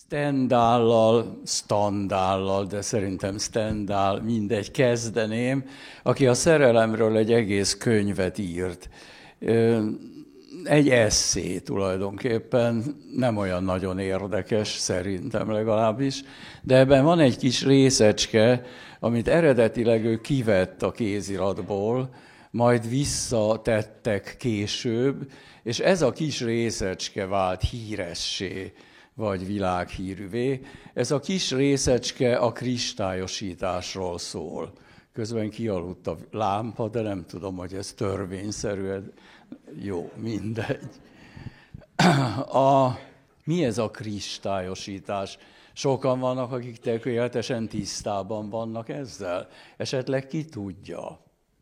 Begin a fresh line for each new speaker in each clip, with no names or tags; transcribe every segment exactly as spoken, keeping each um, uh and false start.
Stendállal, Standállal, de szerintem Stendhal, mindegy, kezdeném, aki a szerelemről egy egész könyvet írt. Egy esszé tulajdonképpen, nem olyan nagyon érdekes, szerintem legalábbis, de ebben van egy kis részecske, amit eredetileg ő kivett a kéziratból, majd visszatettek később, és ez a kis részecske vált híressé, vagy világhírűvé. Ez a kis részecske a kristályosításról szól. Közben kialudt a lámpa, de nem tudom, hogy ez törvényszerűen. Jó, mindegy. A, mi ez a kristályosítás? Sokan vannak, akik tökéletesen tisztában vannak ezzel. Esetleg ki tudja?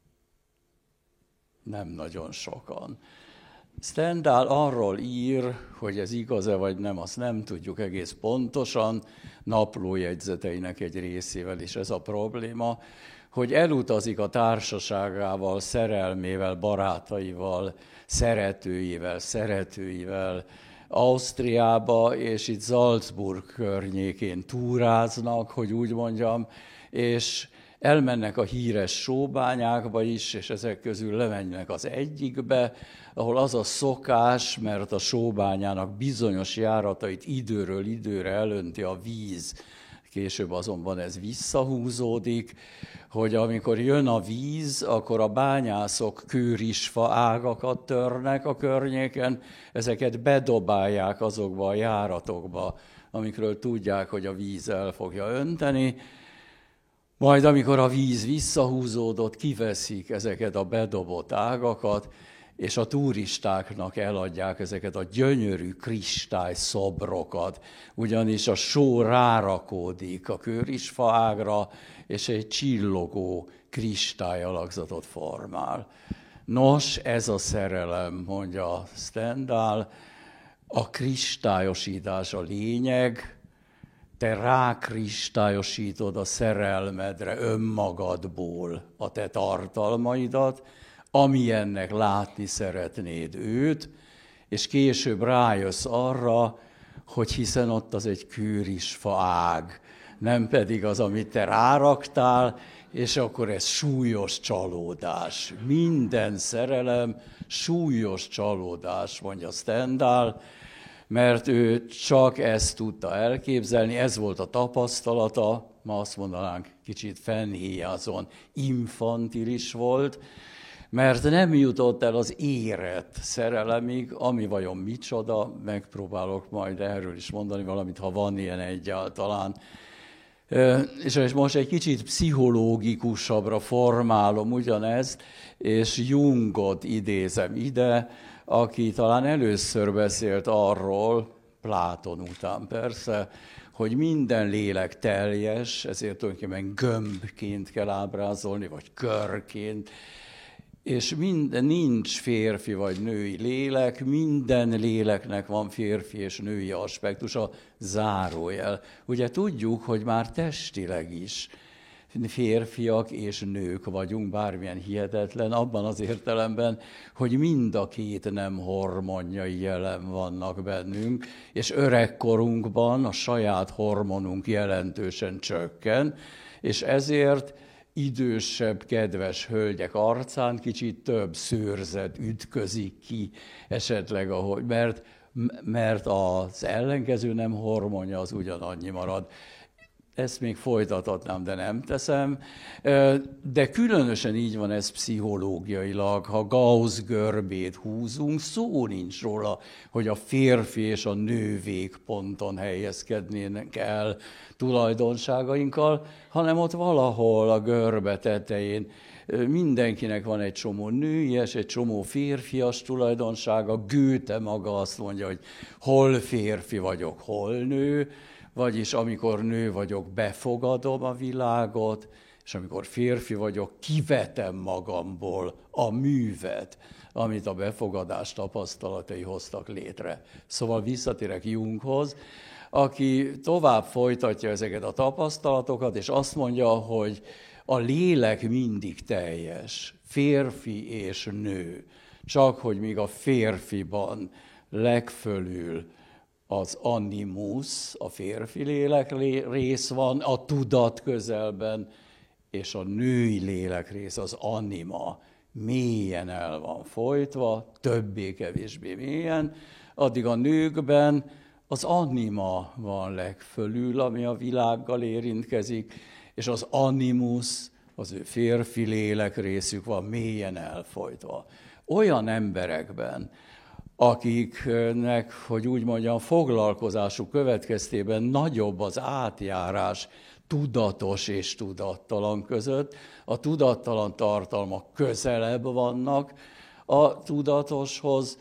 Nem nagyon sokan. Stendhal arról ír, hogy ez igaz-e vagy nem, azt nem tudjuk egész pontosan, naplójegyzeteinek egy részével is ez a probléma, hogy elutazik a társaságával, szerelmével, barátaival, szeretőivel, szeretőivel Ausztriába, és itt Salzburg környékén túráznak, hogy úgy mondjam, és elmennek a híres sóbányákba is, és ezek közül lemennek az egyikbe, ahol az a szokás, mert a sóbányának bizonyos járatait időről időre elönti a víz, később azonban ez visszahúzódik, hogy amikor jön a víz, akkor a bányászok kőrisfa ágakat törnek a környéken, ezeket bedobálják azokba a járatokba, amikről tudják, hogy a víz el fogja önteni. Majd amikor a víz visszahúzódott, kiveszik ezeket a bedobott ágakat, és a turistáknak eladják ezeket a gyönyörű kristályszobrokat, ugyanis a só rárakódik a kőrisfa ágra, és egy csillogó kristályalakzatot formál. Nos, ez a szerelem, mondja Stendhal, a kristályosítás a lényeg, te rákristályosítod a szerelmedre önmagadból a te tartalmaidat, amilyennek látni szeretnéd őt, és később rájössz arra, hogy hiszen ott az egy kőrisfa ág, nem pedig az, amit te ráraktál, és akkor ez súlyos csalódás. Minden szerelem súlyos csalódás, mondja Stendhal, mert ő csak ezt tudta elképzelni, ez volt a tapasztalata, ma azt mondanánk kicsit fennhéjazon, infantilis volt, mert nem jutott el az érett szerelemig, ami vajon micsoda, megpróbálok majd erről is mondani valamit, ha van ilyen egyáltalán. És most egy kicsit pszichológikusabbra formálom ugyanezt, és Jungot idézem ide, aki talán először beszélt arról, Pláton után persze, hogy minden lélek teljes, ezért tulajdonképpen gömbként kell ábrázolni, vagy körként, és minden, nincs férfi vagy női lélek, minden léleknek van férfi és női aspektusa, zárójel. Ugye tudjuk, hogy már testileg is férfiak és nők vagyunk, bármilyen hihetetlen, abban az értelemben, hogy mind a két nem hormonjai jelen vannak bennünk, és öregkorunkban a saját hormonunk jelentősen csökken, és ezért idősebb, kedves hölgyek arcán kicsit több szőrzet ütközik ki esetleg, ahogy, mert, mert az ellenkező nem hormonja az ugyanannyi marad. Ezt még folytathatnám, de nem teszem. De különösen így van ez pszichológiailag, ha Gauss görbét húzunk, szó nincs róla, hogy a férfi és a nő végponton helyezkednének el tulajdonságainkkal, hanem ott valahol a görbe tetején mindenkinek van egy csomó nőies, egy csomó férfias tulajdonsága. Goethe maga azt mondja, hogy hol férfi vagyok, hol nő, vagyis amikor nő vagyok, befogadom a világot, és amikor férfi vagyok, kivetem magamból a művet, amit a befogadás tapasztalatai hoztak létre. Szóval visszatérek Junghoz, aki tovább folytatja ezeket a tapasztalatokat, és azt mondja, hogy a lélek mindig teljes, férfi és nő, csak hogy míg a férfiban legfölül az animus, a férfi lélek rész van, a tudat közelben, és a női lélek rész, az anima, mélyen el van folytva, többé-kevésbé mélyen, addig a nőkben az anima van legfölül, ami a világgal érintkezik, és az animus, az ő férfi lélek részük van mélyen elfolytva. Olyan emberekben, akiknek, hogy úgy mondjam, foglalkozásuk következtében nagyobb az átjárás tudatos és tudattalan között, a tudattalan tartalmak közelebb vannak a tudatoshoz,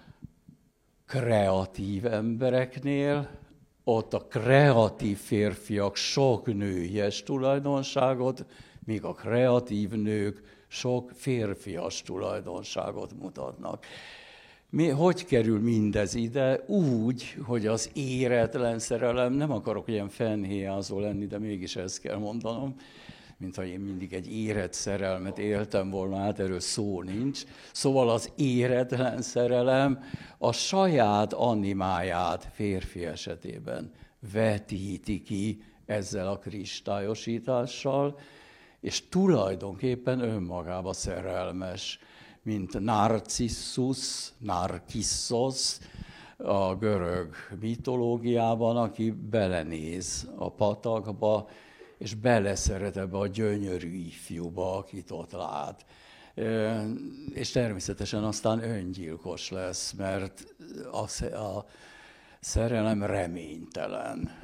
kreatív embereknél, ott a kreatív férfiak sok nőies tulajdonságot, míg a kreatív nők sok férfias tulajdonságot mutatnak. Mi, hogy kerül mindez ide? Úgy, hogy az éretlen szerelem, nem akarok ilyen fennhéjázó lenni, de mégis ezt kell mondanom, mintha én mindig egy érett szerelmet éltem volna, hát erről szó nincs. Szóval az éretlen szerelem a saját animáját férfi esetében vetíti ki ezzel a kristályosítással, és tulajdonképpen önmagába szerelmes, mint Narcissus, Narkissos, a görög mitológiában, aki belenéz a patakba, és beleszeret ebbe a gyönyörű ifjúba, akit ott lát. És természetesen aztán öngyilkos lesz, mert a szerelem reménytelen.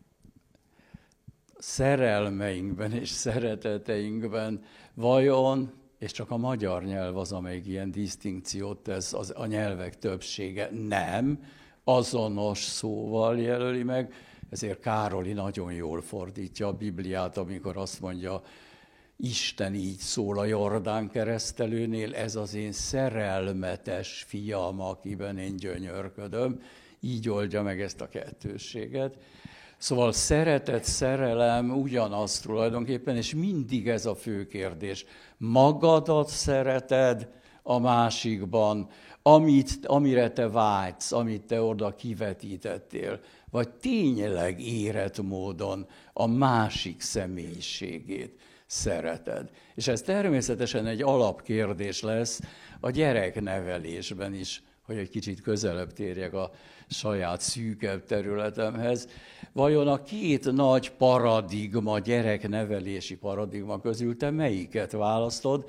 Szerelmeinkben és szereteteinkben vajon, és csak a magyar nyelv az, amelyik ilyen disztinkciót tesz, az a nyelvek többsége nem, azonos szóval jelöli meg, ezért Károli nagyon jól fordítja a Bibliát, amikor azt mondja, Isten így szól a Jordán keresztelőnél, ez az én szerelmetes fiam, akiben én gyönyörködöm, így oldja meg ezt a kettősséget. Szóval szeretet, szerelem ugyanaz tulajdonképpen, és mindig ez a fő kérdés. Magadat szereted a másikban, amit, amire te vágysz, amit te oda kivetítettél, vagy tényleg érett módon a másik személyiségét szereted. És ez természetesen egy alapkérdés lesz a gyereknevelésben is, hogy egy kicsit közelebb térjek a saját szűkebb területemhez. Vajon a két nagy paradigma, gyereknevelési paradigma közül te melyiket választod?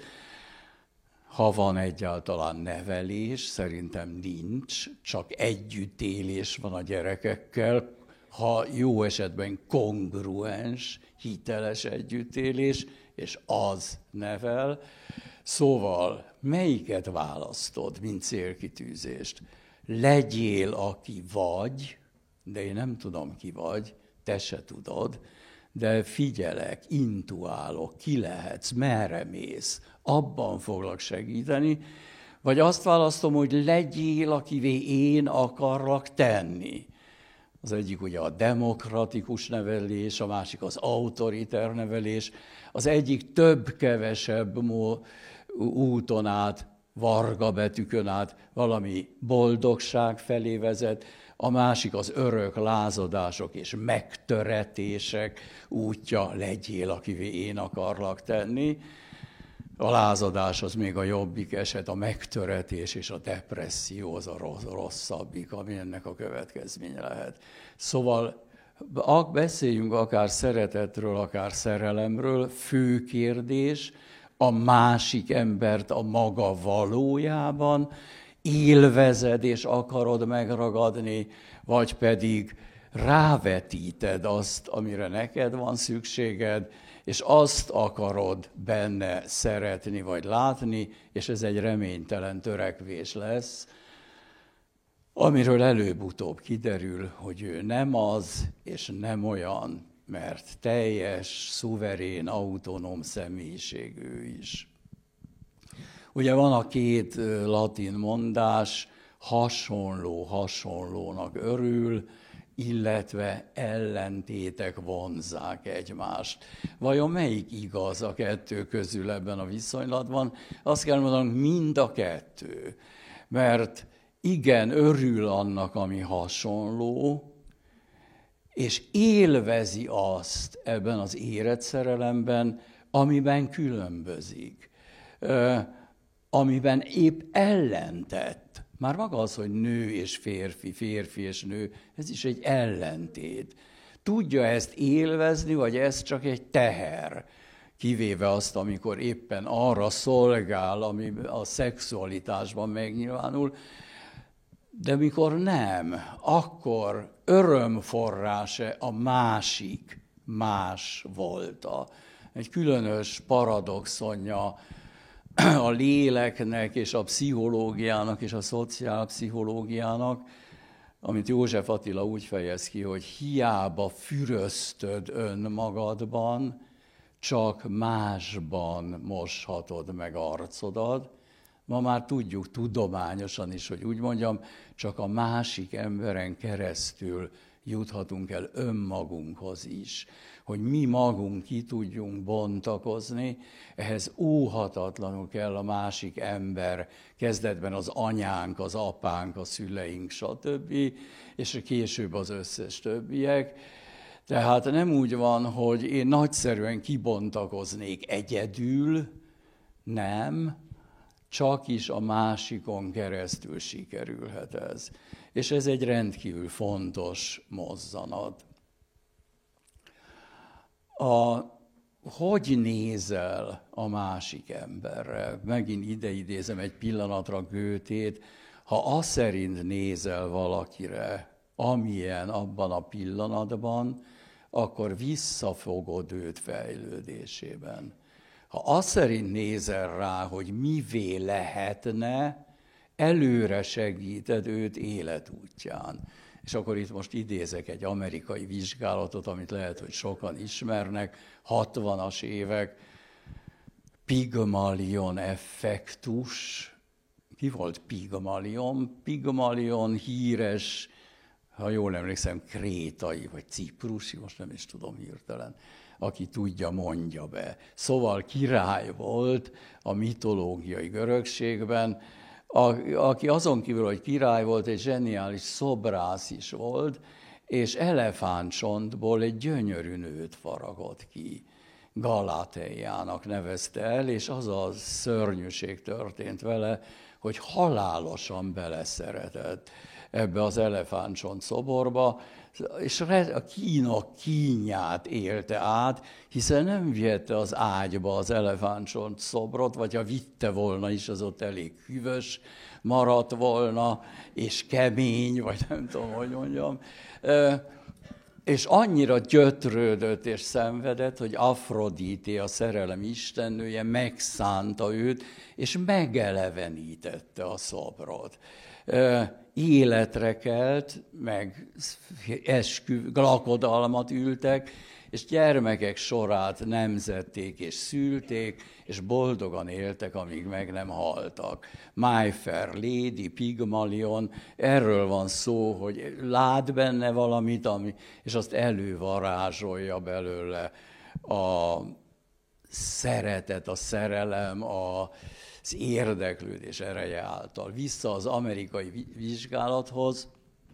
Ha van egyáltalán nevelés, szerintem nincs, csak együttélés van a gyerekekkel, ha jó esetben kongruens, hiteles együttélés, és az nevel. Szóval melyiket választod, mint célkitűzést? Legyél, aki vagy, de én nem tudom, ki vagy, te se tudod, de figyelek, intuálok, ki lehetsz, merre mész, abban foglak segíteni, vagy azt választom, hogy legyél, akivé én akarlak tenni. Az egyik ugye a demokratikus nevelés, a másik az autoriter nevelés, az egyik több-kevesebb úton át, varga betűkön át valami boldogság felé vezet, a másik az örök lázadások és megtöretések útja, legyél, akivé én akarlak tenni. A lázadás az még a jobbik eset, a megtöretés és a depresszió az a rosszabbik, ami ennek a következménye lehet. Szóval beszéljünk akár szeretetről, akár szerelemről, fő kérdés, a másik embert a maga valójában élvezed és akarod megragadni, vagy pedig rávetíted azt, amire neked van szükséged, és azt akarod benne szeretni vagy látni, és ez egy reménytelen törekvés lesz, amiről előbb-utóbb kiderül, hogy ő nem az, és nem olyan, mert teljes, szuverén, autonóm személyiségű is. Ugye van a két latin mondás, hasonló hasonlónak örül, illetve ellentétek vonzzák egymást. Vajon melyik igaz a kettő közül ebben a viszonylatban? Azt kell mondanom, mind a kettő. Mert igen, örül annak, ami hasonló, és élvezi azt ebben az érett szerelemben, amiben különbözik, amiben épp ellentett. Már maga az, hogy nő és férfi, férfi és nő, ez is egy ellentét. Tudja ezt élvezni, vagy ez csak egy teher? Kivéve azt, amikor éppen arra szolgál, ami a szexualitásban megnyilvánul, de mikor nem, akkor örömforrása a másik, más volta. Egy különös paradoxonja a léleknek és a pszichológiának és a szociálpszichológiának, amit József Attila úgy fejez ki, hogy hiába füröztöd önmagadban, csak másban moshatod meg arcodat. Ma már tudjuk tudományosan is, hogy úgy mondjam, csak a másik emberen keresztül juthatunk el önmagunkhoz is. Hogy mi magunk ki tudjunk bontakozni, ehhez óhatatlanul kell a másik ember, kezdetben az anyánk, az apánk, a szüleink, stb., és később az összes többiek. Tehát nem úgy van, hogy én nagyszerűen kibontakoznék egyedül, nem, csak is a másikon keresztül sikerülhet ez. És ez egy rendkívül fontos mozzanat. A, hogy nézel a másik emberre? Megint ide idézem egy pillanatra Goethét. Ha azt szerint nézel valakire, amilyen abban a pillanatban, akkor visszafogod őt fejlődésében. Ha azt szerint nézel rá, hogy mivé lehetne, előre segíted őt életútján. És akkor itt most idézek egy amerikai vizsgálatot, amit lehet, hogy sokan ismernek, hatvanas évek, Pygmalion effektus. Ki volt Pygmalion? Pygmalion híres, ha jól emlékszem, krétai, vagy ciprusi, most nem is tudom hirtelen, aki tudja, mondja be. Szóval király volt a mitológiai görögségben, aki azon kívül, hogy király volt, egy zseniális szobrász is volt, és elefántcsontból egy gyönyörű nőt faragott ki. Galateiának nevezte el, és az a szörnyűség történt vele, hogy halálosan beleszeretett ebbe az elefántcsont szoborba, és a kínok kínját élte át, hiszen nem vihette az ágyba az elefántcsont szobrot, vagy ha vitte volna is, az ott elég hűvös maradt volna, és kemény, vagy nem tudom, hogy mondjam. És annyira gyötrődött és szenvedett, hogy Afrodité, a szerelem istennője megszánta őt, és megelevenítette a szobrot. Életre kelt, meg eskü, lakodalmat ültek, és gyermekek sorát nemzették és szülték, és boldogan éltek, amíg meg nem haltak. My Fair Lady, Pygmalion, erről van szó, hogy lát benne valamit, ami, és azt elővarázsolja belőle a szeretet, a szerelem, a az érdeklődés ereje által. Vissza az amerikai vizsgálathoz,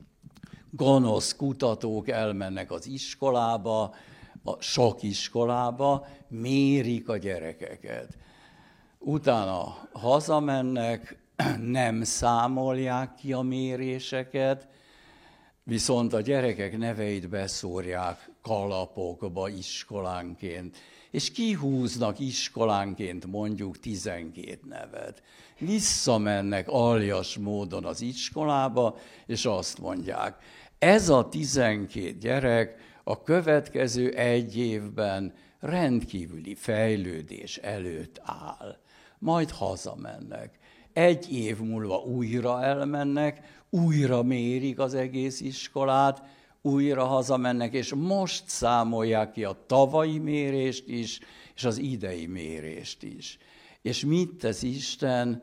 gonosz kutatók elmennek az iskolába, a sok iskolába, mérik a gyerekeket. Utána hazamennek, nem számolják ki a méréseket, viszont a gyerekek neveit beszórják kalapokba iskolánként, és kihúznak iskolánként mondjuk tizenkét nevet. Visszamennek aljas módon az iskolába, és azt mondják, ez a tizenkét gyerek a következő egy évben rendkívüli fejlődés előtt áll. Majd hazamennek. Egy év múlva újra elmennek, újra mérik az egész iskolát, újra hazamennek, és most számolják ki a tavalyi mérést is, és az idei mérést is. És mit tesz Isten?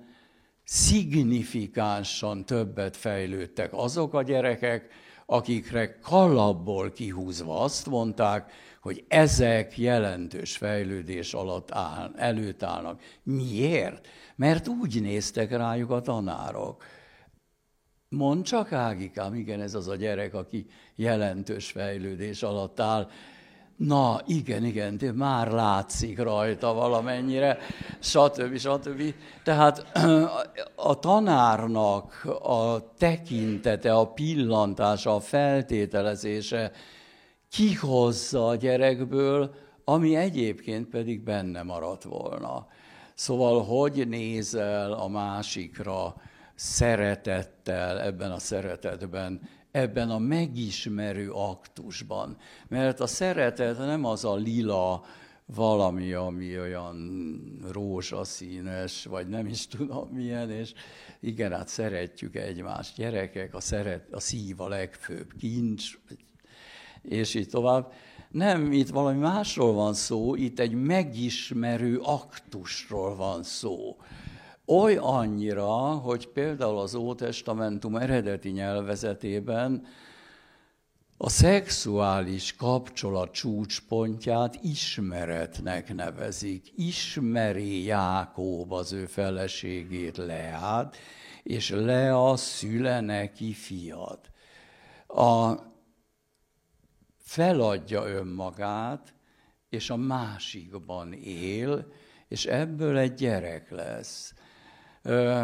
Szignifikánsan többet fejlődtek azok a gyerekek, akikre kalapból kihúzva azt mondták, hogy ezek jelentős fejlődés alatt áll, előtt állnak. Miért? Mert úgy néztek rájuk a tanárok. Mondd csak, Ágikám, igen, ez az a gyerek, aki jelentős fejlődés alatt áll. Na, igen, igen, de már látszik rajta valamennyire, stb. stb. Tehát a tanárnak a tekintete, a pillantása, a feltételezése kihozza a gyerekből, ami egyébként pedig benne maradt volna. Szóval, hogy nézel a másikra szeretettel, ebben a szeretetben, ebben a megismerő aktusban. Mert a szeretet nem az a lila valami, ami olyan rózsaszínes, vagy nem is tudom milyen, és igen, hát szeretjük egymást. Gyerekek, a, szeret, a szív a legfőbb kincs, és így tovább. Nem, itt valami másról van szó, itt egy megismerő aktusról van szó. Oly annyira, hogy például az Ótestamentum eredeti nyelvezetében a szexuális kapcsolat csúcspontját ismeretnek nevezik. Ismeri Jákob az ő feleségét, Leát, és Lea szüle neki fiat. A feladja önmagát, és a másikban él, és ebből egy gyerek lesz. Ö,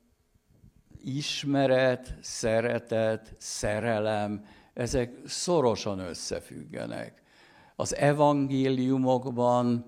ismeret, szeretet, szerelem, ezek szorosan összefüggenek. Az evangéliumokban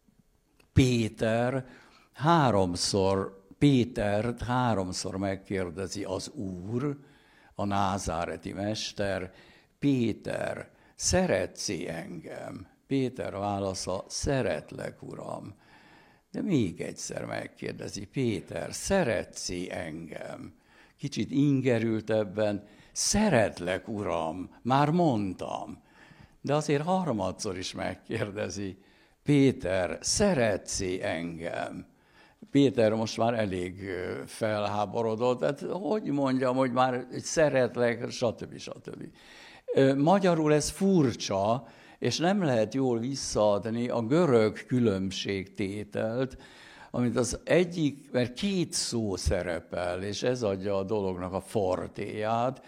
Péter háromszor, Pétert háromszor megkérdezi az Úr, a názáreti mester, Péter, szeretsz-e engem? Péter válasza, szeretlek, Uram. De még egyszer megkérdezi, Péter, szeretsz-e engem? Kicsit ingerültebben, szeretlek, Uram, már mondtam. De azért harmadszor is megkérdezi, Péter, szeretsz-e engem? Péter most már elég felháborodott, hát hogy mondjam, hogy már szeretlek, stb. stb. Magyarul ez furcsa, és nem lehet jól visszaadni a görög különbségtételt, amit az egyik, mert két szó szerepel, és ez adja a dolognak a fortéját.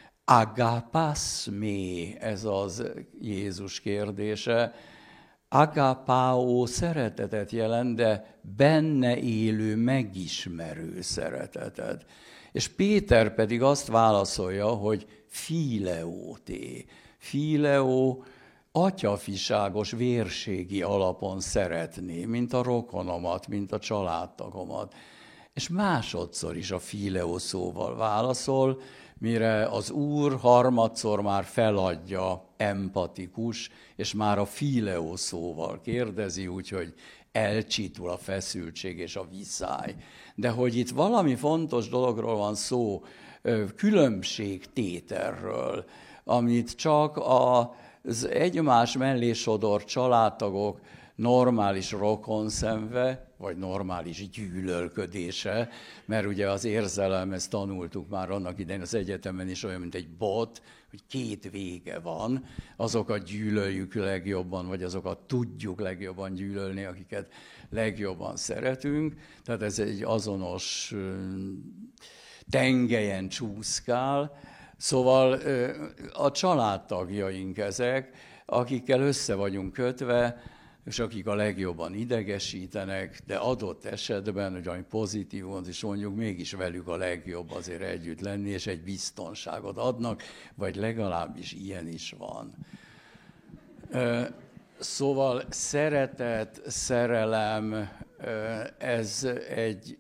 Agapaszmé, ez az Jézus kérdése. Agapáó szeretetet jelent, de benne élő, megismerő szeretetet. És Péter pedig azt válaszolja, hogy fileóté. Fileó atyafiságos, vérségi alapon szeretné, mint a rokonomat, mint a családtagomat. És másodszor is a fileó szóval válaszol, mire az Úr harmadszor már feladja, empatikus, és már a fileó szóval kérdezi, úgyhogy elcsitul a feszültség és a viszály. De hogy itt valami fontos dologról van szó, különbségtételről, amit csak az egymás mellé sodort családtagok normális rokonszenve, vagy normális gyűlölködése, mert ugye az érzelem, ezt tanultuk már annak idején az egyetemen is, olyan, mint egy bot, hogy két vége van, azokat gyűlöljük legjobban, vagy azokat tudjuk legjobban gyűlölni, akiket legjobban szeretünk. Tehát ez egy azonos tengelyen csúszkál. Szóval a családtagjaink ezek, akikkel össze vagyunk kötve, és akik a legjobban idegesítenek, de adott esetben, hogy ami pozitívon is mondjuk, mégis velük a legjobb azért együtt lenni, és egy biztonságot adnak, vagy legalábbis ilyen is van. Szóval szeretet, szerelem, ez egy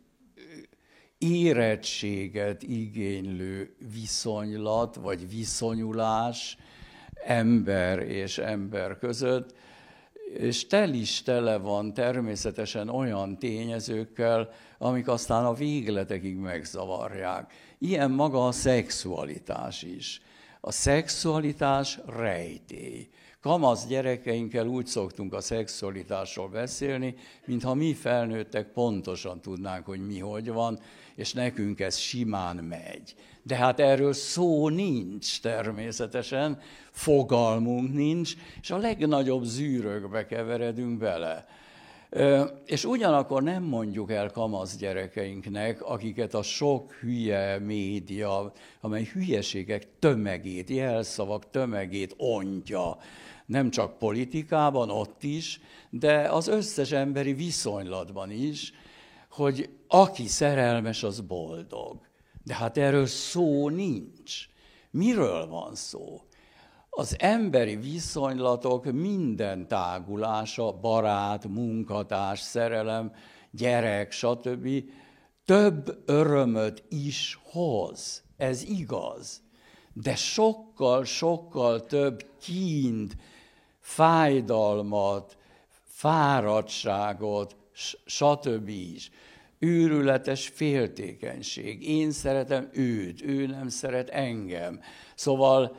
érettséget igénylő viszonylat, vagy viszonyulás ember és ember között, és tel is tele van természetesen olyan tényezőkkel, amik aztán a végletekig megzavarják. Ilyen maga a szexualitás is. A szexualitás rejtély. Kamasz gyerekeinkkel úgy szoktunk a szexualitásról beszélni, mintha mi felnőttek pontosan tudnánk, hogy mi hogy van, és nekünk ez simán megy. De hát erről szó nincs természetesen, fogalmunk nincs, és a legnagyobb zűrökbe keveredünk bele. És ugyanakkor nem mondjuk el kamasz gyerekeinknek, akiket a sok hülye média, amely hülyeségek tömegét, jelszavak tömegét ontja, nem csak politikában, ott is, de az összes emberi viszonylatban is, hogy aki szerelmes, az boldog. De hát erről szó nincs. Miről van szó? Az emberi viszonylatok minden tágulása, barát, munkatárs, szerelem, gyerek, stb. Több örömöt is hoz. Ez igaz. De sokkal, sokkal több kínt, fájdalmat, fáradtságot, stb. Is. Őrületes féltékenység. Én szeretem őt, ő nem szeret engem. Szóval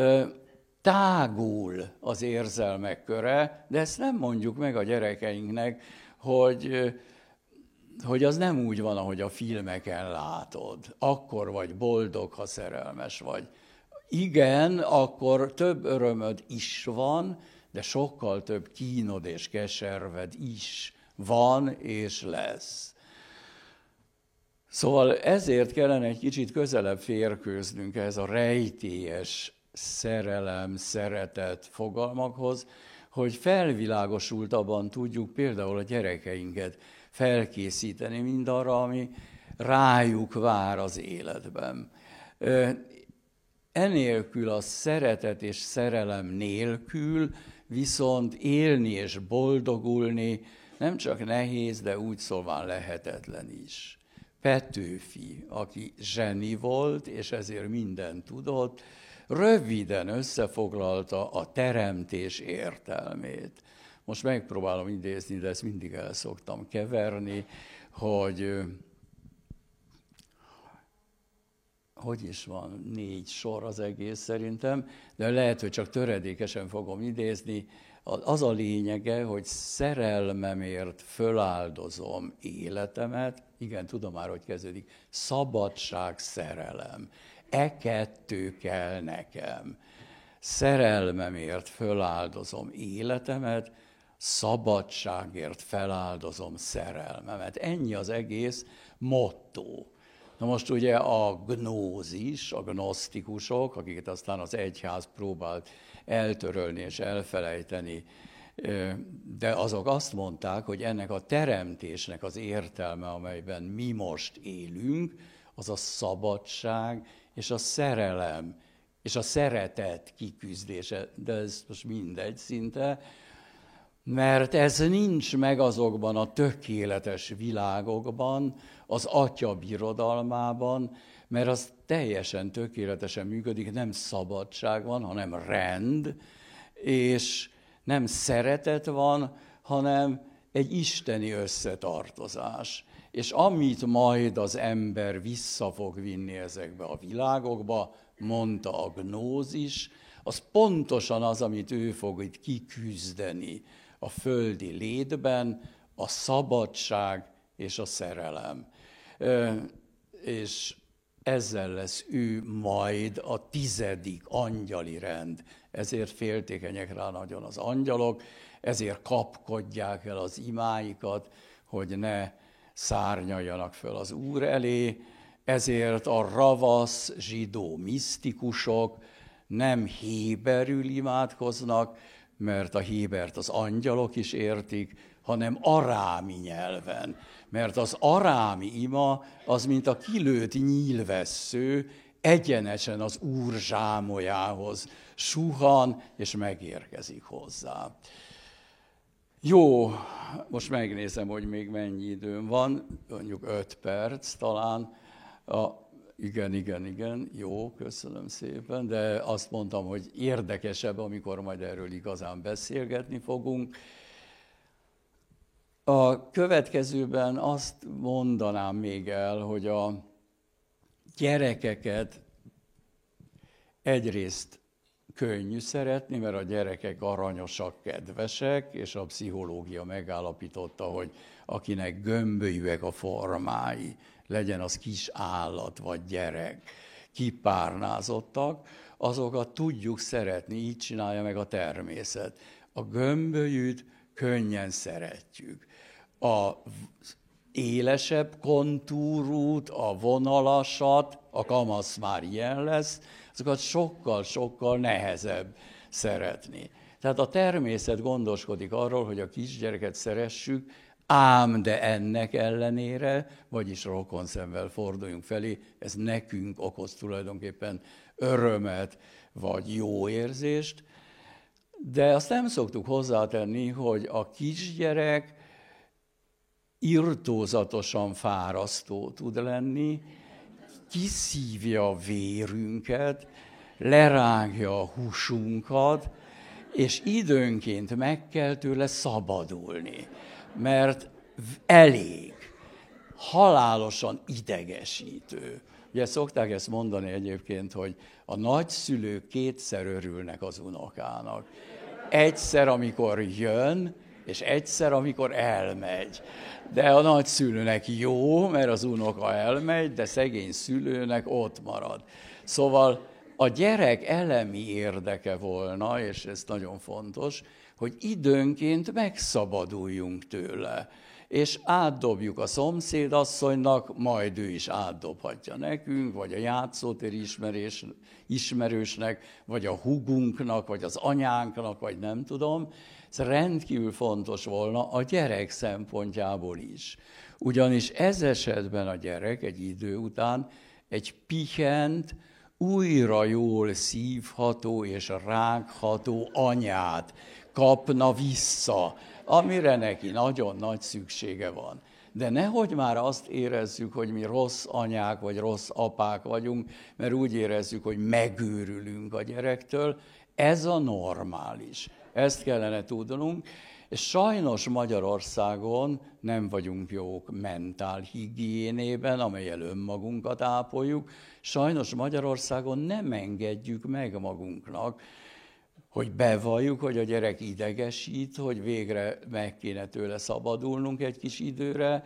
tágul az érzelmek köre, de ezt nem mondjuk meg a gyerekeinknek, hogy, hogy az nem úgy van, ahogy a filmeken látod. Akkor vagy boldog, ha szerelmes vagy. Igen, akkor több örömöd is van, de sokkal több kínod és keserved is van és lesz. Szóval ezért kellene egy kicsit közelebb férkőznünk ehhez a rejtélyes szerelem, szeretet fogalmakhoz, hogy felvilágosultabban tudjuk például a gyerekeinket felkészíteni mindarra, ami rájuk vár az életben. Enélkül, a szeretet és szerelem nélkül viszont élni és boldogulni nem csak nehéz, de úgy szóval lehetetlen is. Petőfi, aki zseni volt, és ezért mindent tudott, röviden összefoglalta a teremtés értelmét. Most megpróbálom idézni, de ezt mindig el szoktam keverni, hogy hogy is van, négy sor az egész szerintem, de lehet, hogy csak töredékesen fogom idézni. Az a lényege, hogy szerelmemért föláldozom életemet, igen, tudom már, hogy kezdődik, szabadság, szerelem. E kettő kell nekem. Szerelmemért föláldozom életemet, szabadságért feláldozom szerelmemet. Ennyi az egész motto. Na most ugye a gnózis, a gnosztikusok, akiket aztán az egyház próbált eltörölni és elfelejteni, de azok azt mondták, hogy ennek a teremtésnek az értelme, amelyben mi most élünk, az a szabadság és a szerelem, és a szeretet kiküzdése, de ez most mindegy szinte, mert ez nincs meg azokban a tökéletes világokban, az Atya birodalmában, mert az teljesen tökéletesen működik, nem szabadság van, hanem rend, és nem szeretet van, hanem egy isteni összetartozás. És amit majd az ember vissza fog vinni ezekbe a világokba, mondta a gnózis, az pontosan az, amit ő fog itt kiküzdeni a földi létben, a szabadság és a szerelem. És ezzel lesz ő majd a tizedik angyali rend. Ezért féltékenyek rá nagyon az angyalok, ezért kapkodják el az imáikat, hogy ne szárnyaljanak föl az Úr elé, ezért a ravasz zsidó misztikusok nem héberül imádkoznak, mert a hébert az angyalok is értik, hanem arámi nyelven. Mert az arámi ima az, mint a kilőtt nyílvessző, egyenesen az Úr zsámolyához suhan, és megérkezik hozzá. Jó, most megnézem, hogy még mennyi időm van, mondjuk öt perc talán. A, igen, igen, igen, jó, köszönöm szépen, de azt mondtam, hogy érdekesebb, amikor majd erről igazán beszélgetni fogunk. A következőben azt mondanám még el, hogy a gyerekeket egyrészt könnyű szeretni, mert a gyerekek aranyosak, kedvesek, és a pszichológia megállapította, hogy akinek gömbölyűek a formái, legyen az kis állat vagy gyerek, kipárnázottak, azokat tudjuk szeretni, így csinálja meg a természet. A gömbölyűt könnyen szeretjük. A élesebb kontúrút, a vonalasat, a kamasz már ilyen lesz, azokat sokkal-sokkal nehezebb szeretni. Tehát a természet gondoskodik arról, hogy a kisgyereket szeressük, ám de ennek ellenére, vagyis rokonszemvel forduljunk felé, ez nekünk okoz tulajdonképpen örömet, vagy jó érzést, de azt nem szoktuk hozzátenni, hogy a kisgyerek irtózatosan fárasztó tud lenni, kiszívja a vérünket, lerágja a húsunkat, és időnként meg kell tőle szabadulni, mert elég, halálosan idegesítő. Ugye szokták ezt mondani egyébként, hogy a nagyszülők kétszer örülnek az unokának. Egyszer, amikor jön, és egyszer, amikor elmegy. De a nagyszülőnek jó, mert az unoka elmegy, de szegény szülőnek ott marad. Szóval a gyerek elemi érdeke volna, és ez nagyon fontos, hogy időnként megszabaduljunk tőle, és átdobjuk a szomszédasszonynak, majd ő is átdobhatja nekünk, vagy a játszótér ismerés, ismerősnek, vagy a húgunknak, vagy az anyánknak, vagy nem tudom. Ez rendkívül fontos volna a gyerek szempontjából is. Ugyanis ez esetben a gyerek egy idő után egy pihent, újra jól szívható és rágható anyát kapna vissza, amire neki nagyon nagy szüksége van. De nehogy már azt érezzük, hogy mi rossz anyák vagy rossz apák vagyunk, mert úgy érezzük, hogy megőrülünk a gyerektől. Ez a normális. Ezt kellene tudnunk, és sajnos Magyarországon nem vagyunk jók mentálhigiénében, amellyel önmagunkat ápoljuk. Sajnos Magyarországon nem engedjük meg magunknak, hogy bevalljuk, hogy a gyerek idegesít, hogy végre meg kéne tőle szabadulnunk egy kis időre,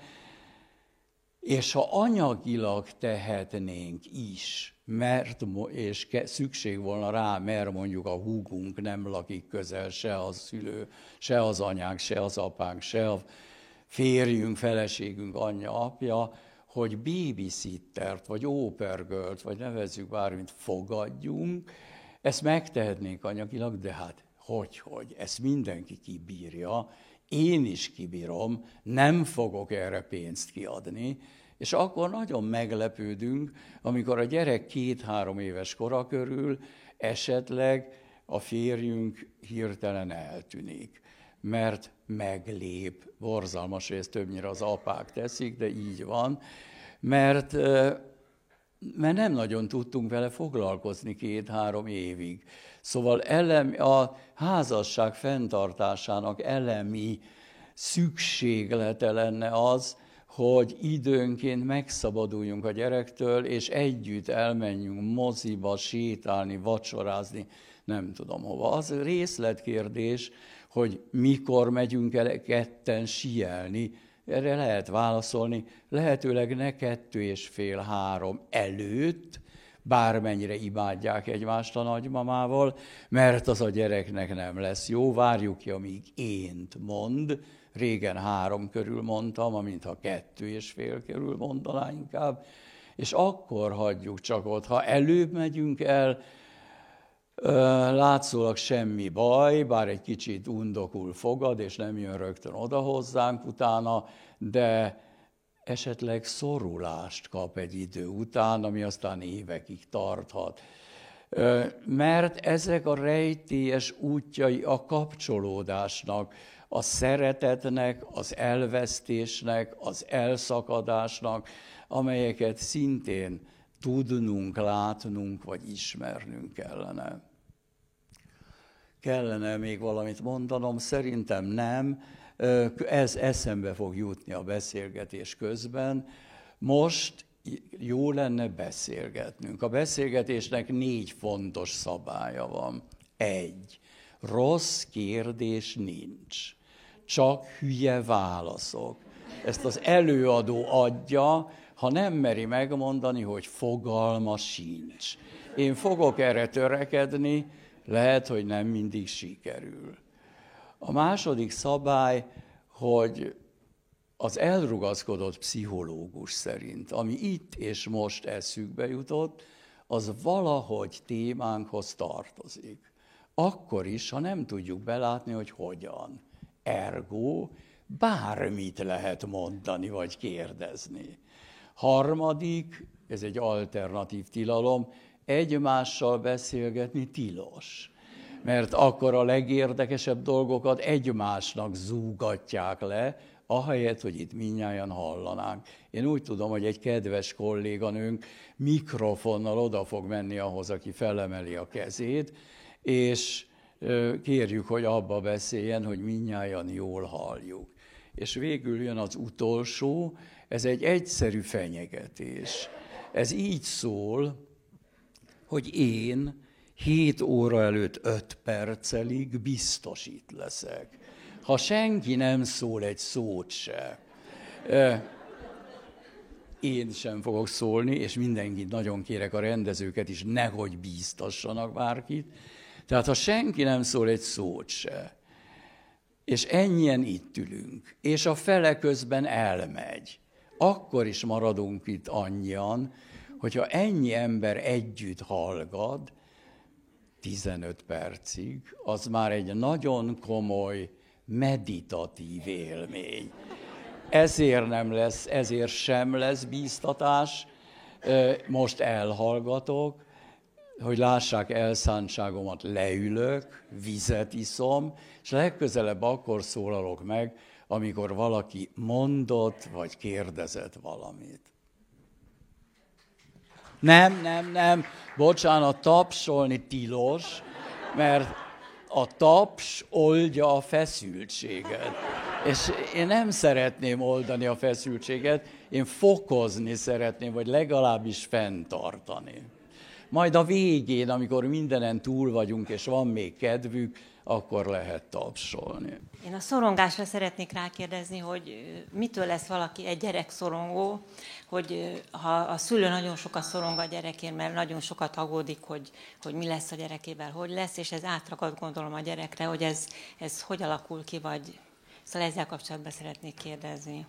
és ha anyagilag tehetnénk is, mert, és szükség volna rá, mert mondjuk a húgunk nem lakik közel, se a szülő, se az anyánk, se az apánk, se a férjünk, feleségünk, anyja, apja, hogy babysittert, vagy ópergölt, vagy nevezzük bármit, fogadjunk, ezt megtehetnénk anyagilag, de hát hogy-hogy, ezt mindenki kibírja, én is kibírom, nem fogok erre pénzt kiadni, és akkor nagyon meglepődünk, amikor a gyerek két-három éves kora körül esetleg a férjünk hirtelen eltűnik, mert meglép. Borzalmas, hogy ezt többnyire az apák teszik, de így van, mert, mert nem nagyon tudtunk vele foglalkozni két-három évig. Szóval elemi, a házasság fenntartásának elemi szükséglete lenne az, hogy időnként megszabaduljunk a gyerektől, és együtt elmenjünk moziba, sétálni, vacsorázni, nem tudom hova. Az részletkérdés, hogy mikor megyünk el ketten síelni, erre lehet válaszolni, lehetőleg ne kettő és fél három előtt, bármennyire imádják egymást a nagymamával, mert az a gyereknek nem lesz jó, várjuk ki, amíg ént mond, régen három körül mondtam, amint ha kettő és fél körül mondaná inkább, és akkor hagyjuk csak ott. Ha előbb megyünk el, látszólag semmi baj, bár egy kicsit undokul fogad, és nem jön rögtön oda hozzánk utána, de esetleg szorulást kap egy idő után, ami aztán évekig tarthat. Mert ezek a rejtélyes útjai a kapcsolódásnak, a szeretetnek, az elvesztésnek, az elszakadásnak, amelyeket szintén tudnunk, látnunk, vagy ismernünk kellene. Kellene még valamit mondanom? Szerintem nem. Ez eszembe fog jutni a beszélgetés közben. Most jó lenne beszélgetnünk. A beszélgetésnek négy fontos szabálya van. Egy, rossz kérdés nincs, csak hülye válaszok. Ezt az előadó adja, ha nem meri megmondani, hogy fogalma sincs. Én fogok erre törekedni, lehet, hogy nem mindig sikerül. A második szabály, hogy az elrugaszkodott pszichológus szerint, ami itt és most eszükbe jutott, az valahogy témánkhoz tartozik. Akkor is, ha nem tudjuk belátni, hogy hogyan. Ergo, bármit lehet mondani vagy kérdezni. Harmadik, ez egy alternatív tilalom, egymással beszélgetni tilos. Mert akkor a legérdekesebb dolgokat egymásnak zúgatják le, ahelyett, hogy itt mindnyájan hallanánk. Én úgy tudom, hogy egy kedves kolléganőnk mikrofonnal oda fog menni ahhoz, aki felemeli a kezét, és kérjük, hogy abba beszéljen, hogy mindnyájan jól halljuk. És végül jön az utolsó, ez egy egyszerű fenyegetés. Ez így szól, hogy én hét óra előtt öt percelig biztos itt leszek. Ha senki nem szól egy szót se, én sem fogok szólni, és mindenkit nagyon kérek, a rendezőket is, nehogy bíztassanak bárkit. Tehát ha senki nem szól egy szót se, és ennyien itt ülünk, és a fele közben elmegy, akkor is maradunk itt annyian, hogyha ennyi ember együtt hallgat, tizenöt percig, az már egy nagyon komoly, meditatív élmény. Ezért nem lesz, ezért sem lesz bíztatás, most elhallgatok, hogy lássák elszántságomat, leülök, vizet iszom, és legközelebb akkor szólalok meg, amikor valaki mondott, vagy kérdezett valamit. Nem, nem, nem, bocsánat, tapsolni tilos, mert a taps oldja a feszültséget. És én nem szeretném oldani a feszültséget, én fokozni szeretném, vagy legalábbis fenntartani. Majd a végén, amikor mindenen túl vagyunk, és van még kedvük, akkor lehet tapsolni.
Én a szorongásra szeretnék rákérdezni, hogy mitől lesz valaki egy gyerek szorongó, hogy ha a szülő nagyon sokat szorong a gyerekért, mert nagyon sokat aggódik, hogy, hogy mi lesz a gyerekével, hogy lesz, és ez átragad, gondolom, a gyerekre, hogy ez, ez hogy alakul ki, vagy... Szóval ezzel kapcsolatban szeretnék kérdezni.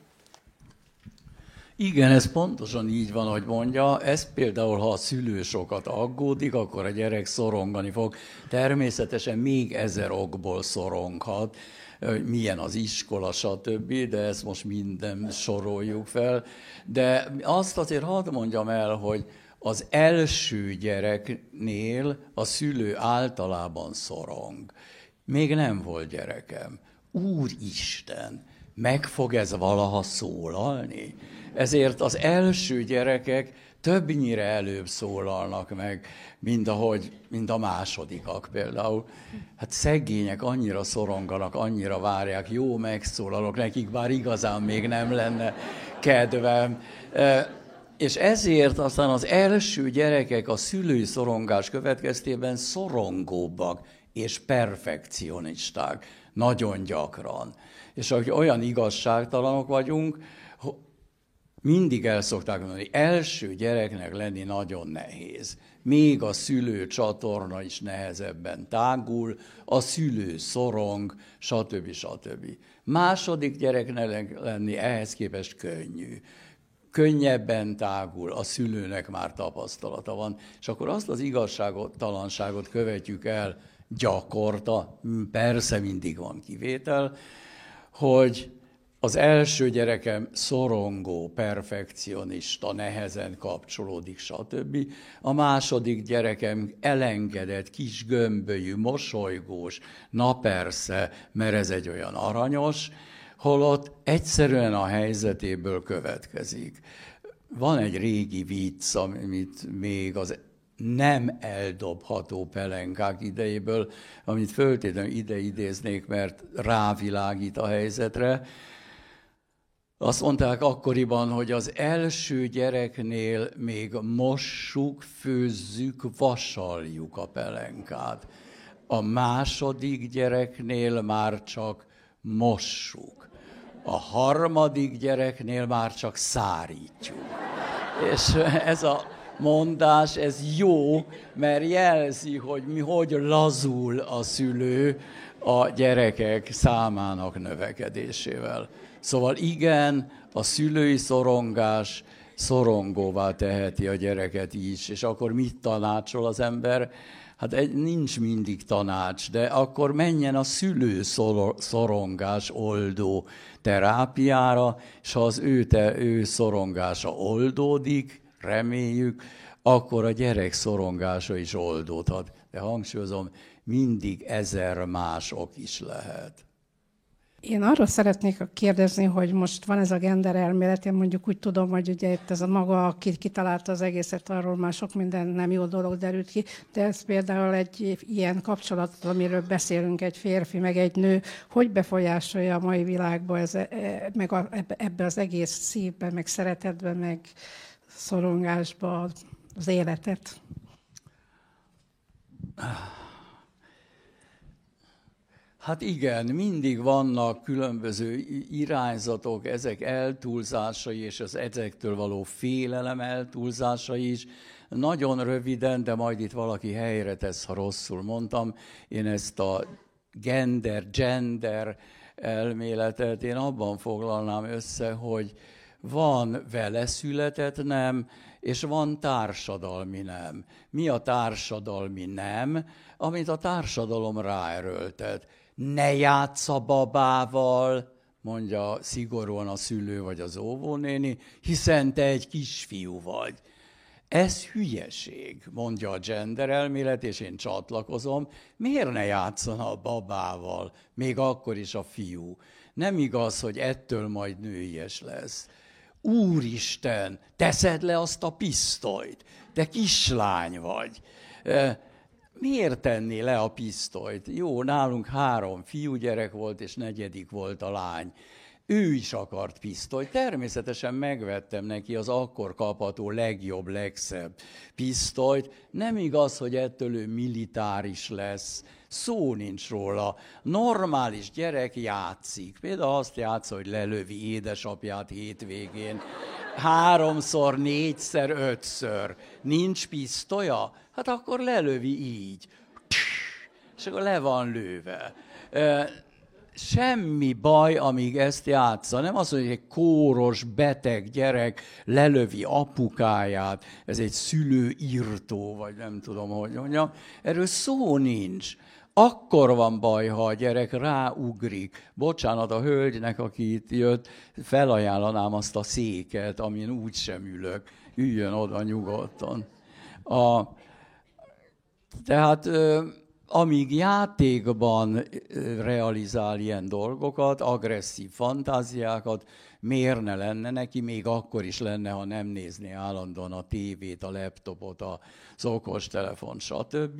Igen, ez pontosan így van, hogy mondja. Ez például, ha a szülő sokat aggódik, akkor a gyerek szorongani fog. Természetesen még ezer okból szoronghat, milyen az iskola, stb., de ezt most minden soroljuk fel. De azt azért hadd mondjam el, hogy az első gyereknél a szülő általában szorong. Még nem volt gyerekem. Úristen, meg fog ez valaha szólalni? Ezért az első gyerekek többnyire előbb szólalnak meg, mint, ahogy, mint a másodikak például. Hát szegények annyira szoronganak, annyira várják, jó, megszólalok nekik, bár igazán még nem lenne kedvem. És ezért aztán az első gyerekek a szülői szorongás következtében szorongóbbak és perfekcionisták. Nagyon gyakran. És ahogy olyan igazságtalanok vagyunk, mindig el szokták mondani, első gyereknek lenni nagyon nehéz. Még a szülő csatorna is nehezebben tágul, a szülő szorong, stb. stb. Második gyereknek lenni ehhez képest könnyű. Könnyebben tágul, a szülőnek már tapasztalata van, és akkor azt az igazságtalanságot követjük el gyakorta, persze mindig van kivétel, hogy az első gyerekem szorongó, perfekcionista, nehezen kapcsolódik, stb. A második gyerekem elengedett, kis gömbölyű, mosolygós, na persze, mert ez egy olyan aranyos, holott egyszerűen a helyzetéből következik. Van egy régi vicc, amit még az nem eldobható pelenkák idejéből, amit föltétlenül ide idéznék, mert rávilágít a helyzetre. Azt mondták akkoriban, hogy az első gyereknél még mossuk, főzzük, vasaljuk a pelenkát. A második gyereknél már csak mossuk. A harmadik gyereknél már csak szárítjuk. És ez a mondás, ez jó, mert jelzi, hogy mi hogy lazul a szülő a gyerekek számának növekedésével. Szóval igen, a szülői szorongás szorongóvá teheti a gyereket is, és akkor mit tanácsol az ember? Hát egy, nincs mindig tanács, de akkor menjen a szülő szorongás oldó terápiára, és ha az ő, te, ő szorongása oldódik, reméljük, akkor a gyerek szorongása is oldódhat. De hangsúlyozom, mindig ezer más ok is lehet.
Én arról szeretnék kérdezni, hogy most van ez a gender elmélet, én mondjuk úgy tudom, hogy ugye itt ez a maga, aki kitalálta az egészet, arról már sok minden nem jó dolog derült ki, de ez például egy ilyen kapcsolat, amiről beszélünk, egy férfi, meg egy nő, hogy befolyásolja a mai világba, ez, meg a, ebbe az egész szívbe, meg szeretetbe, meg szorongásba az életet?
Hát igen, mindig vannak különböző irányzatok, ezek eltúlzásai és az ezektől való félelem eltúlzásai is. Nagyon röviden, de majd itt valaki helyre tesz, ha rosszul mondtam, én ezt a gender, gender elméletet én abban foglalnám össze, hogy van vele született nem, és van társadalmi nem. Mi a társadalmi nem, amit a társadalom ráerőltet? Ne játsz a babával, mondja szigorúan a szülő vagy az óvónéni, hiszen te egy kisfiú vagy. Ez hülyeség, mondja a gender elmélet, és én csatlakozom. Miért ne játszon a babával, még akkor is a fiú? Nem igaz, hogy ettől majd nőies lesz. Úristen, teszed le azt a pisztolyt, te kislány vagy. Miért tenné le a pisztolyt? Jó, nálunk három fiúgyerek volt, és negyedik volt a lány. Ő is akart pisztolyt. Természetesen megvettem neki az akkor kapható legjobb, legszebb pisztolyt. Nem igaz, hogy ettől ő militáris lesz. Szó nincs róla. Normális gyerek játszik. Például azt játsza, hogy lelövi édesapját hétvégén. Háromszor, négyszer, ötször. Nincs pisztolya? Hát akkor lelövi így. És akkor le van lőve. Semmi baj, amíg ezt játsza. Nem az, hogy egy kóros, beteg gyerek lelövi apukáját, ez egy szülőirtó, vagy nem tudom, hogy mondjam. Erről szó nincs. Akkor van baj, ha a gyerek ráugrik. Bocsánat a hölgynek, aki itt jött, felajánlanám azt a széket, amin úgysem ülök. Üljön oda nyugodtan. A, tehát... amíg játékban realizál ilyen dolgokat, agresszív fantáziákat, miért ne lenne neki, még akkor is lenne, ha nem nézné állandóan a tévét, a laptopot, az okostelefont, stb.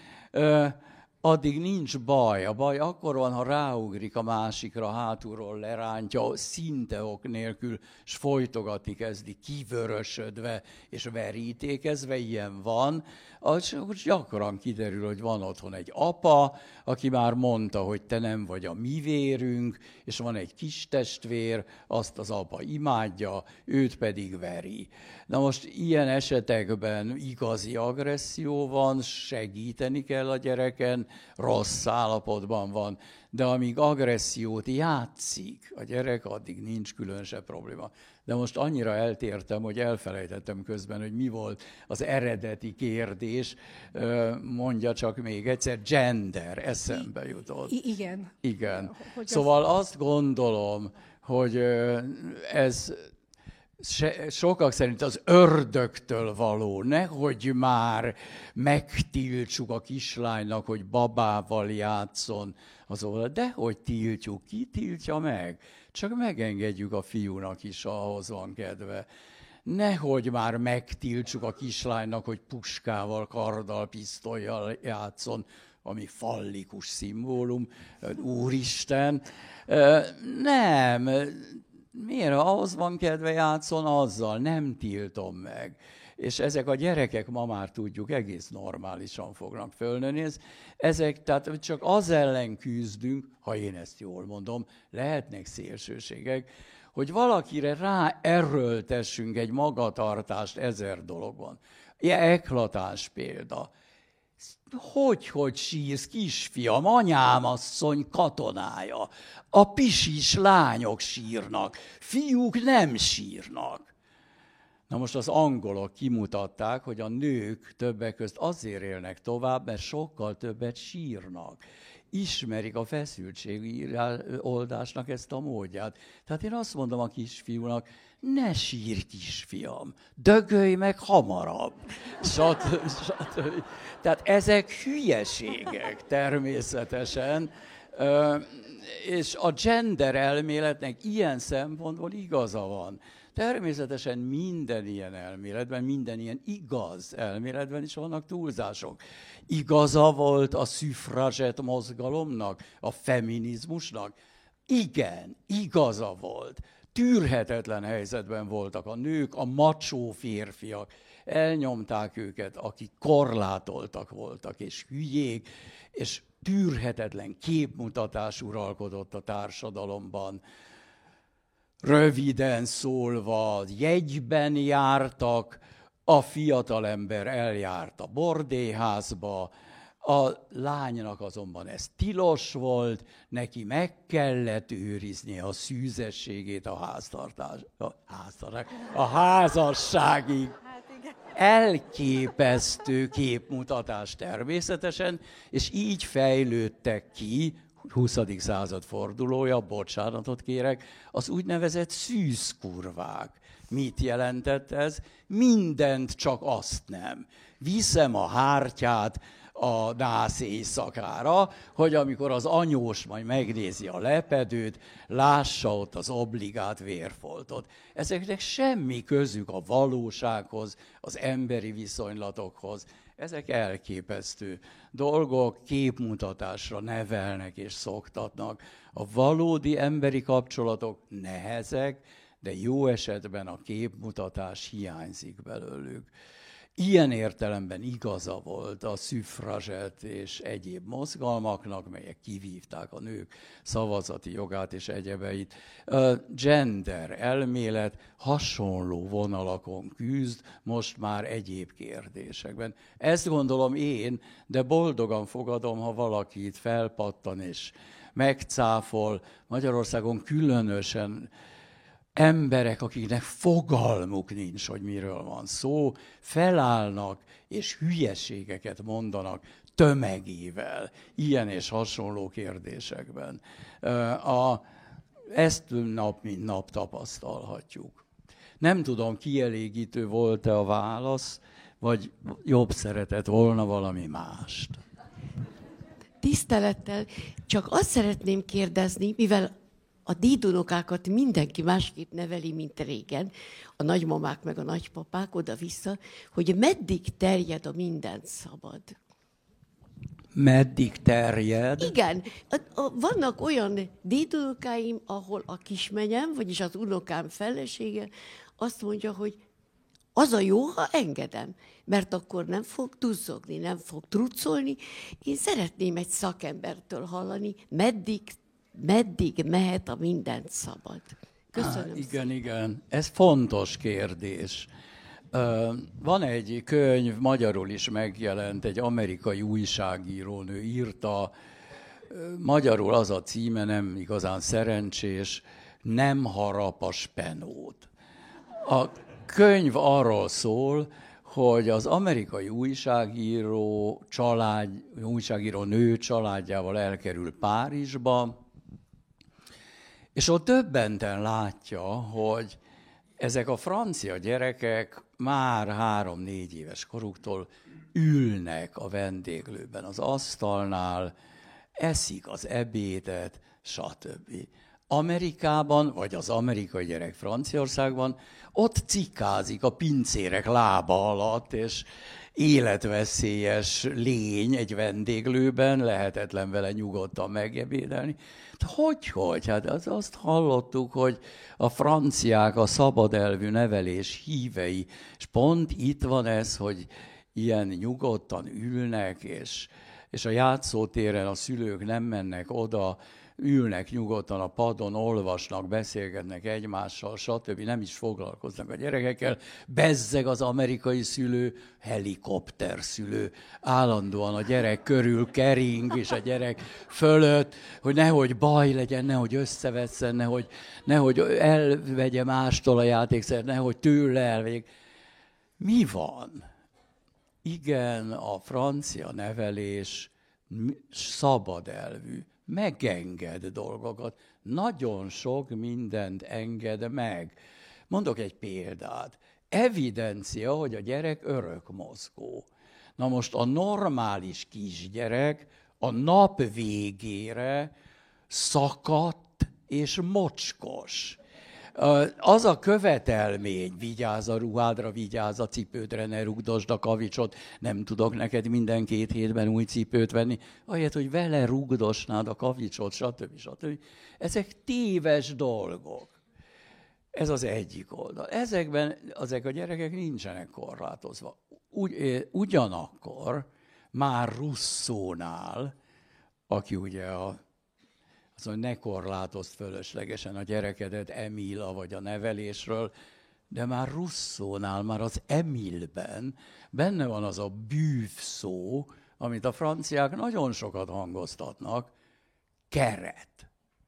Addig nincs baj. A baj akkor van, ha ráugrik a másikra, hátulról lerántja, szinte ok nélkül, s folytogatni kezdi, kivörösödve és verítékezve, ilyen van. Az gyakran kiderül, hogy van otthon egy apa, aki már mondta, hogy te nem vagy a mi vérünk, és van egy kis testvér, azt az apa imádja, őt pedig veri. Na most ilyen esetekben igazi agresszió van, segíteni kell a gyereken, rossz állapotban van, de amíg agressziót játszik a gyerek, addig nincs különösebb probléma. De most annyira eltértem, hogy elfelejtettem közben, hogy mi volt az eredeti kérdés. Mondja csak még egyszer, gender, eszembe jutott.
I- igen.
Igen. Hogy szóval az... azt gondolom, hogy ez sokak szerint az ördögtől való, nehogy már megtiltsuk a kislánynak, hogy babával játszon az oldal. Dehogy tiltjuk, ki tiltja meg? Csak megengedjük a fiúnak is, ahhoz van kedve. Nehogy már megtiltsuk a kislánynak, hogy puskával, karddal, pisztollyal játszon, ami fallikus szimbólum, úristen. Nem, miért? Ahhoz van kedve, játszon azzal, nem tiltom meg. És ezek a gyerekek, ma már tudjuk, egész normálisan fognak fölnőni. Ezek, tehát csak az ellen küzdünk, ha én ezt jól mondom, lehetnek szélsőségek, hogy valakire ráerőltessünk egy magatartást ezer dologban. Ilyen eklatáns példa. Hogy, hogy sírsz, kisfiam, anyám asszony katonája. A pisis lányok sírnak, fiúk nem sírnak. Na most az angolok kimutatták, hogy a nők többek közt azért élnek tovább, mert sokkal többet sírnak. Ismerik a feszültségi oldásnak ezt a módját. Tehát én azt mondom a kisfiúnak, ne sírj, kisfiam, dögölj meg hamarabb. Stb. Stb. Tehát ezek hülyeségek természetesen, és a gender elméletnek ilyen szempontból igaza van. Természetesen minden ilyen elméletben, minden ilyen igaz elméletben is vannak túlzások. Igaza volt a szüfrazsett mozgalomnak, a feminizmusnak? Igen, igaza volt. Tűrhetetlen helyzetben voltak a nők, a macsó férfiak. Elnyomták őket, akik korlátoltak voltak, és hülyék, és tűrhetetlen képmutatás uralkodott a társadalomban. Röviden szólva, jegyben jártak, a fiatalember eljárt a bordélyházba, a lánynak azonban ez tilos volt, neki meg kellett őrizni a szűzességét a háztartás, a, háztartás, a házasságig. Elképesztő képmutatás természetesen, és így fejlődtek ki, huszadik század fordulója, bocsánatot kérek, az úgynevezett szűzkurvák. Mit jelentett ez? Mindent, csak azt nem. Viszem a hártyát a nász éjszakára, hogy amikor az anyós majd megnézi a lepedőt, lássa ott az obligát vérfoltot. Ezeknek semmi közük a valósághoz, az emberi viszonylatokhoz. Ezek elképesztő dolgok, képmutatásra nevelnek és szoktatnak. A valódi emberi kapcsolatok nehezek, de jó esetben a képmutatás hiányzik belőlük. Ilyen értelemben igaza volt a szüfrazsett és egyéb mozgalmaknak, melyek kivívták a nők szavazati jogát és egyebeit. A gender elmélet hasonló vonalakon küzd, most már egyéb kérdésekben. Ezt gondolom én, de boldogan fogadom, ha valaki itt felpattan és megcáfol. Magyarországon különösen emberek, akiknek fogalmuk nincs, hogy miről van szó, felállnak és hülyeségeket mondanak tömegével, ilyen és hasonló kérdésekben. A, ezt nap mint nap tapasztalhatjuk. Nem tudom, kielégítő volt-e a válasz, vagy jobb szeretett volna valami mást.
Tisztelettel, csak azt szeretném kérdezni, mivel a dédunokákat mindenki másképp neveli, mint régen, a nagymamák meg a nagypapák oda-vissza, hogy meddig terjed a mindent szabad.
Meddig terjed?
Igen. A, a, vannak olyan dédunokáim, ahol a kismenyem, vagyis az unokám felesége azt mondja, hogy az a jó, ha engedem, mert akkor nem fog duzzogni, nem fog truccolni. Én szeretném egy szakembertől hallani, meddig Meddig mehet a mindent szabad? Köszönöm. Á,
igen, igen. Ez fontos kérdés. Van egy könyv, magyarul is megjelent, egy amerikai újságírónő írta, magyarul az a címe, nem igazán szerencsés, Nem harap a spenót. A könyv arról szól, hogy az amerikai újságíró, család, újságíró nő családjával elkerül Párizsba, és ott döbbenten látja, hogy ezek a francia gyerekek már három-négy éves koruktól ülnek a vendéglőben az asztalnál, eszik az ebédet, stb. Amerikában, vagy az amerikai gyerek Franciaországban, ott cikkázik a pincérek lába alatt, és életveszélyes lény egy vendéglőben, lehetetlen vele nyugodtan megebédelni. Hogy, hogy? Hát az, azt hallottuk, hogy a franciák a szabadelvű nevelés hívei, és pont itt van ez, hogy ilyen nyugodtan ülnek, és, és a játszótéren a szülők nem mennek oda, ülnek nyugodtan a padon, olvasnak, beszélgetnek egymással, stb. Nem is foglalkoznak a gyerekekkel. Bezzeg az amerikai szülő, helikopter szülő. Állandóan a gyerek körül kering, és a gyerek fölött, hogy nehogy baj legyen, nehogy összevesszen, nehogy, nehogy elvegye mástól a játékszert, nehogy tőle elvegyék. Mi van? Igen, a francia nevelés szabad elvű, megenged dolgokat, nagyon sok mindent enged meg. Mondok egy példát. Evidencia, hogy a gyerek örökmozgó. Na most a normális kisgyerek a nap végére szakadt és mocskos. Az a követelmény, vigyázz a ruhádra, vigyázz a cipődre, ne rugdosd a kavicsot, nem tudok neked minden két hétben új cipőt venni, ahelyett, hogy vele rugdosnád a kavicsot, stb. stb. Ezek téves dolgok. Ez az egyik oldal. Ezekben ezek a gyerekek nincsenek korlátozva. Ugy, ugyanakkor már Rousseau-nál, aki ugye a az, hogy ne korlátozd fölöslegesen a gyerekedet Emila vagy a nevelésről, de már Rousseau-nál, már az Emilben benne van az a bűv szó, amit a franciák nagyon sokat hangoztatnak, keret.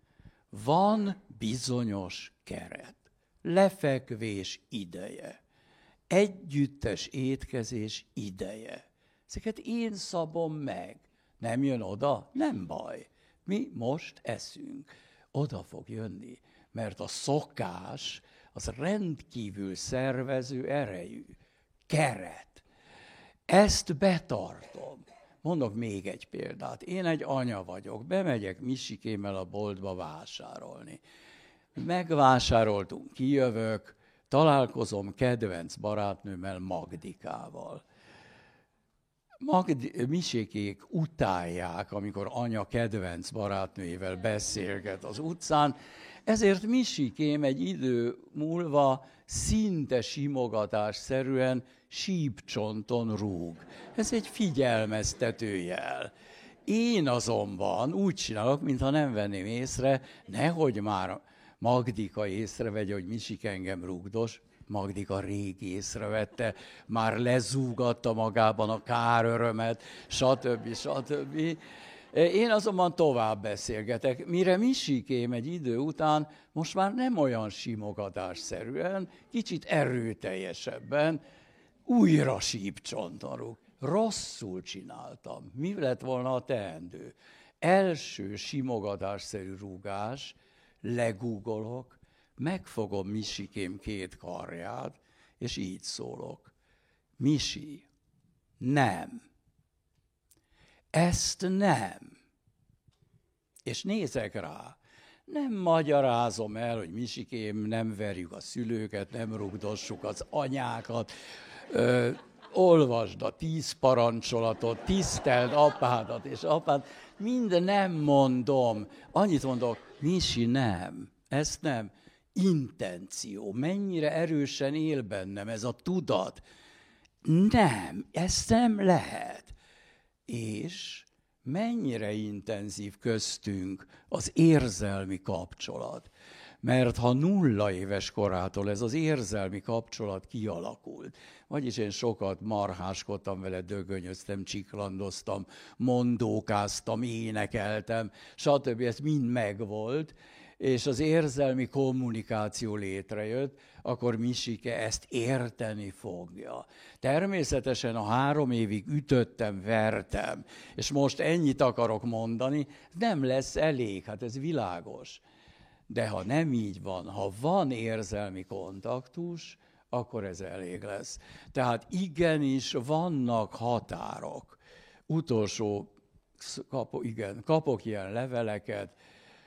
Van bizonyos keret. Lefekvés ideje. Együttes étkezés ideje. Ezeket én szabom meg. Nem jön oda? Nem baj. Mi most eszünk. Oda fog jönni, mert a szokás az rendkívül szervező erejű. Keret. Ezt betartom. Mondok még egy példát. Én egy anya vagyok, bemegyek Misikémmel a boltba vásárolni. Megvásároltunk, kijövök, találkozom kedvenc barátnőmmel, Magdikával. Magdi, Misikék utálják, amikor anya kedvenc barátnőjével beszélget az utcán, ezért Misikém egy idő múlva szinte simogatásszerűen sípcsonton rúg. Ez egy figyelmeztető jel. Én azonban úgy csinálok, mintha nem venném észre, nehogy már Magdika észrevegye, hogy Misik engem rúgdos. Magdika rég észrevette, már lezúgatta magában a kárörömet, stb. stb. Én azonban tovább beszélgetek, mire Misikém egy idő után most már nem olyan simogatásszerűen, kicsit erőteljesebben, újra sípcsonton rúg. Rosszul csináltam. Mi lett volna a teendő? Első simogatásszerű rúgás, legúgolok, megfogom Misikém két karját, és így szólok. Misi, nem. Ezt nem. És nézek rá. Nem magyarázom el, hogy Misikém, nem verjük a szülőket, nem rugdossuk az anyákat, ö, olvasd a tíz parancsolatot, tiszteld apádat és apád, minden nem mondom. Annyit mondok, Misi, nem. Ezt nem. Intenció, mennyire erősen él bennem ez a tudat. Nem, ezt nem lehet. És mennyire intenzív köztünk az érzelmi kapcsolat. Mert ha nulla éves korától ez az érzelmi kapcsolat kialakult, vagyis én sokat marháskodtam vele, dögönyöztem, csiklandoztam, mondókáztam, énekeltem, stb. Ez mind megvolt, és az érzelmi kommunikáció létrejött, akkor Misike ezt érteni fogja. Természetesen a három évig ütöttem, vertem, és most ennyit akarok mondani, nem lesz elég, hát ez világos. De ha nem így van, ha van érzelmi kontaktus, akkor ez elég lesz. Tehát igenis vannak határok. Utolsó, kapok, igen, kapok ilyen leveleket,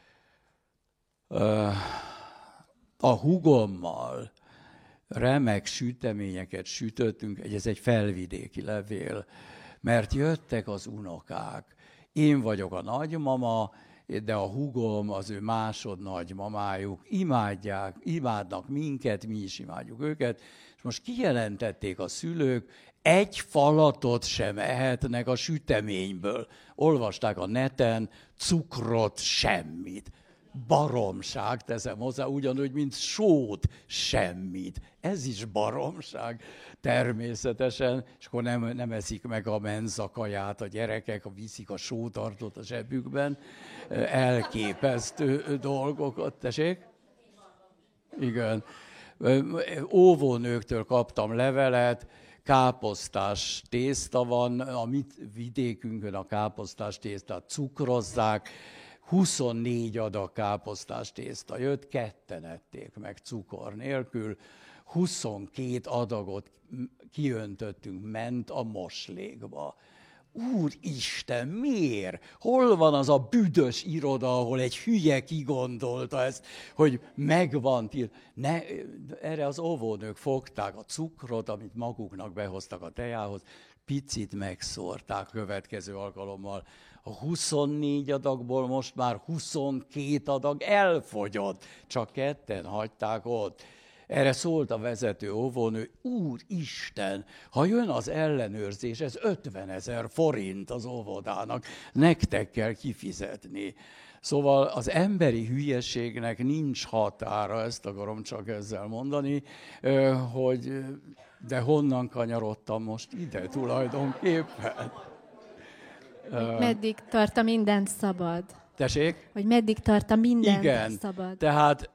a húgommal remek süteményeket sütöttünk, ez egy felvidéki levél, mert jöttek az unokák. Én vagyok a nagymama, de a húgom, az ő másod nagymamájuk, imádják, imádnak minket, mi is imádjuk őket, és most kijelentették a szülők, egy falatot sem ehetnek a süteményből. Olvasták a neten, cukrot, semmit. Baromság, teszem hozzá, ugyanúgy, mint sót, semmit. Ez is baromság, természetesen, és akkor nem, nem eszik meg a menzakaját a gyerekek, viszik a sótartót a zsebükben. Elképesztő dolgokat, tessék? Igen. Óvónőktől kaptam levelet, káposztás tészta van, a mi vidékünkön a káposztás tésztát cukrozzák, huszonnégy adag káposztás tészta jött, ketten ették meg cukor nélkül, huszonkét adagot kiöntöttünk, ment a moslékba. Úristen, miért? Hol van az a büdös iroda, ahol egy hülye kigondolta ezt, hogy megvan tilt. Ne, erre az óvónők fogták a cukrot, amit maguknak behoztak a tejához, picit megszórták következő alkalommal. A huszonnégy adagból most már huszonkét adag elfogyott, csak ketten hagyták ott. Erre szólt a vezető óvónő, Úristen, ha jön az ellenőrzés, ez ötvenezer forint az óvodának, nektek kell kifizetni. Szóval az emberi hülyeségnek nincs határa, ezt akarom csak ezzel mondani, hogy de honnan kanyarodtam most ide tulajdonképpen?
Meddig tart a minden szabad?
Tessék?
Hogy meddig tart a minden
Igen,
szabad?
Tehát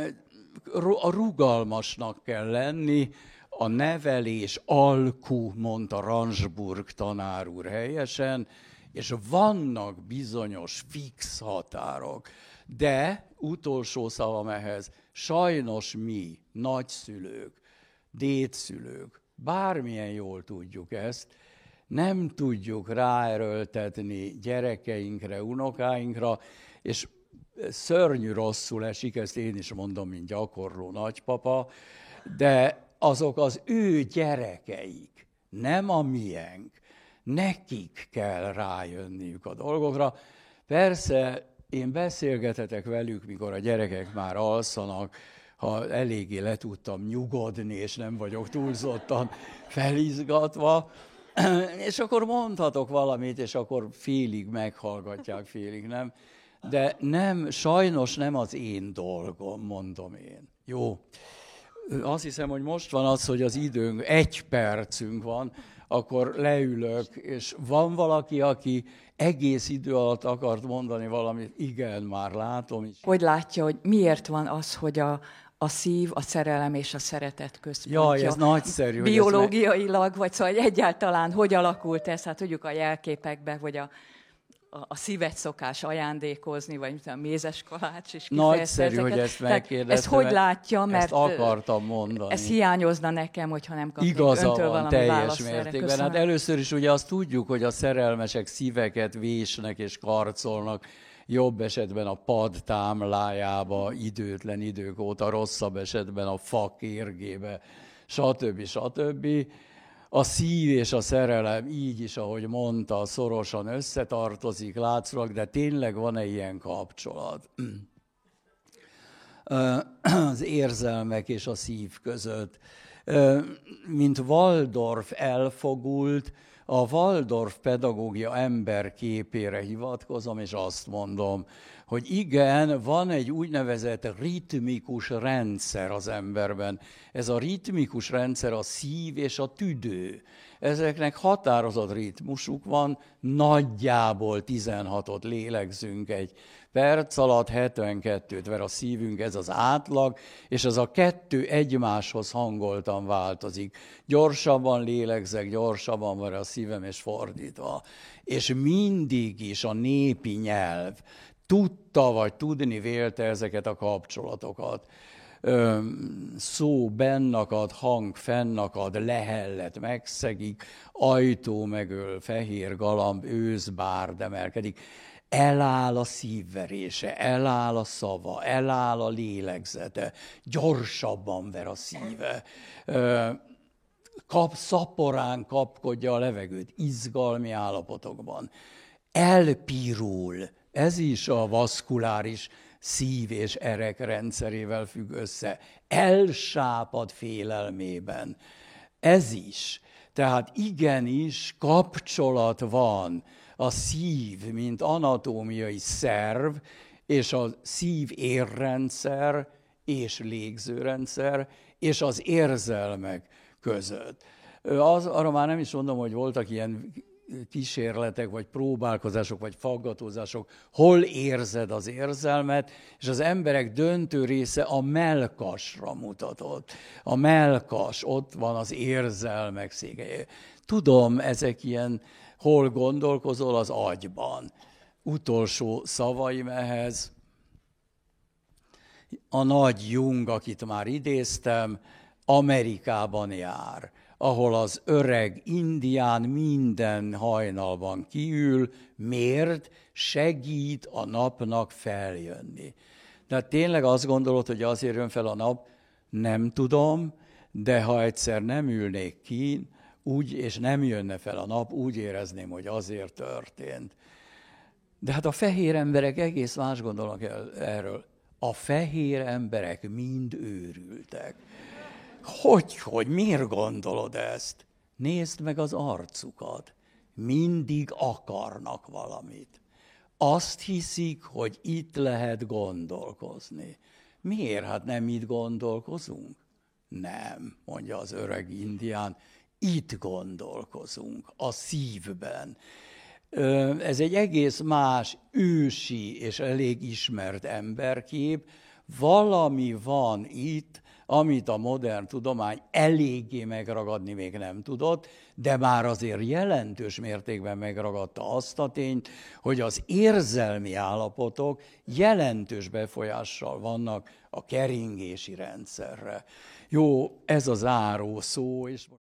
a rugalmasnak kell lenni, a nevelés alkú, mondta Ransburg tanár úr helyesen, és vannak bizonyos fix határok. De, utolsó szavam ehhez, sajnos mi, nagyszülők, dédszülők, bármilyen jól tudjuk ezt, nem tudjuk ráerőltetni gyerekeinkre, unokáinkra, és szörnyű rosszul esik, ezt én is mondom, mint gyakorló nagypapa, de azok az ő gyerekeik, nem a miénk, nekik kell rájönniük a dolgokra. Persze én beszélgethetek velük, mikor a gyerekek már alszanak, ha eléggé le tudtam nyugodni, és nem vagyok túlzottan felizgatva, és akkor mondhatok valamit, és akkor félig meghallgatják, félig nem. De nem, sajnos nem az én dolgom, mondom én. Jó, azt hiszem, hogy most van az, hogy az időnk, egy percünk van, akkor leülök, és van valaki, aki egész idő alatt akart mondani valamit, igen, már látom is.
Hogy látja, hogy miért van az, hogy a, a szív, a szerelem és a szeretet központja.
Jaj, ez nagyszerű.
Biológiailag, vagy szóval egyáltalán hogy alakult ez? Hát tudjuk a jelképekben, hogy a a szívet szokás ajándékozni, vagy mint a mézes kalács is kifejezte
nagyszerű,
ezeket.
hogy ezt megkérdeztem.
Ezt hogy látja, mert
ezt akartam mondani.
Ez hiányozna nekem, hogyha nem kapnék
Igaza
öntől
van,
valami
teljes
választ
mértékben.
erre.
Hát először is ugye azt tudjuk, hogy a szerelmesek szíveket vésnek és karcolnak, jobb esetben a pad támlájába, időtlen idők óta, rosszabb esetben a fa kérgébe, stb. stb. A szív és a szerelem így is, ahogy mondta, szorosan összetartozik, látszólag, de tényleg van-e ilyen kapcsolat? Az érzelmek és a szív között. Mint Waldorf elfogult, a Waldorf pedagógia emberképére hivatkozom, és azt mondom, hogy igen, van egy úgynevezett ritmikus rendszer az emberben. Ez a ritmikus rendszer a szív és a tüdő. Ezeknek határozott ritmusuk van, nagyjából tizenhatot lélegzünk egy perc alatt, hetvenkettőt ver a szívünk, ez az átlag, és ez a kettő egymáshoz hangoltan változik. Gyorsabban lélegzek, gyorsabban ver a szívem, és fordítva. És mindig is a népi nyelv tudta, vagy tudni vélte ezeket a kapcsolatokat. Szó bennakad, hang fennakad, lehellet megszegik, ajtó megöl, fehér galamb, ősz bárd emelkedik. Eláll a szívverése, eláll a szava, eláll a lélegzete, gyorsabban ver a szíve. Kap, szaporán kapkodja a levegőt, izgalmi állapotokban. Elpirul, ez is a vaszkuláris szív- és erek rendszerével függ össze. Elsápad félelmében. Ez is. Tehát igenis kapcsolat van a szív, mint anatómiai szerv, és a szív-érrendszer és légzőrendszer, és az érzelmek között. Az, arra már nem is mondom, hogy voltak ilyen kísérletek, vagy próbálkozások, vagy faggatózások, hol érzed az érzelmet, és az emberek döntő része a mellkasra mutatott. A mellkas, ott van az érzelmek székelye. Tudom, ezek ilyen, hol gondolkozol az agyban. Utolsó szavaim ehhez. A nagy Jung, akit már idéztem, Amerikában jár, ahol az öreg indián minden hajnalban kiül, miért segít a napnak feljönni. Tehát tényleg azt gondolod, hogy azért jön fel a nap? Nem tudom, de ha egyszer nem ülnék ki, úgy, és nem jönne fel a nap, úgy érezném, hogy azért történt. De hát a fehér emberek egész más gondolnak el erről. A fehér emberek mind őrültek. Hogy, hogy, miért gondolod ezt? Nézd meg az arcukat. Mindig akarnak valamit. Azt hiszik, hogy itt lehet gondolkozni. Miért? Hát nem itt gondolkozunk? Nem, mondja az öreg indián. Itt gondolkozunk, a szívben. Ez egy egész más, ősi és elég ismert emberkép. Valami van itt, amit a modern tudomány eléggé megragadni még nem tudott, de már azért jelentős mértékben megragadta azt a tényt, hogy az érzelmi állapotok jelentős befolyással vannak a keringési rendszerre. Jó, ez a záró szó, és